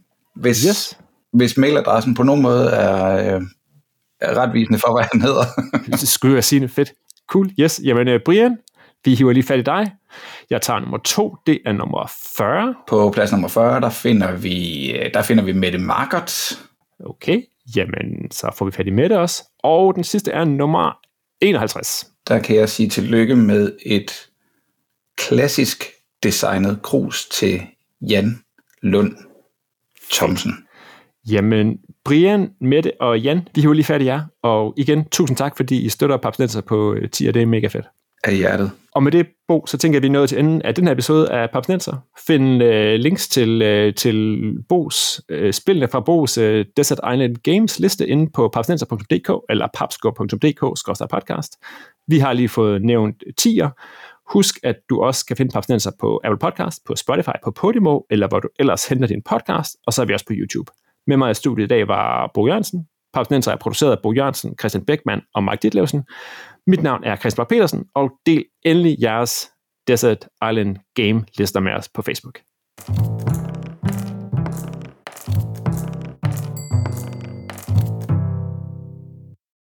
hvis mailadressen på nogen måde er retvisende for, hvad han hedder. Det skulle jeg sige, fedt. Cool, yes. Jamen, Brian, vi hiver lige fat i dig. Jeg tager nummer 2, det er nummer 40. På plads nummer 40, der finder vi Mette Markert. Okay, jamen, så får vi fat i Mette også. Og den sidste er nummer 51. Der kan jeg sige tillykke med et klassisk designet krus til Jan Lund Thomsen. Jamen, Brian, Mette og Jan, vi hiver lige fat i jer. Og igen, tusind tak, fordi I støtter Papsnenser på 10, og det er mega fedt. Af hjertet. Og med det, Bo, så tænker jeg, at vi er nået til enden af den her episode af Papsnenser. Find links til Bos spillene fra Bos Desert Island Games liste inde på papsnenser.dk eller papsco.dk/podcast. Vi har lige fået nævnt 10'er. Husk, at du også kan finde Papsnenser på Apple Podcast, på Spotify, på Podimo, eller hvor du ellers henter din podcast, og så er vi også på YouTube. Med mig i studiet i dag var Bo Jørgensen. Papsnenser er produceret af Bo Jørgensen, Christian Beckmann og Mark Ditlevsen. Mit navn er Christian Bak Petersen, og del endelig jeres Desert Island Game lister med os på Facebook.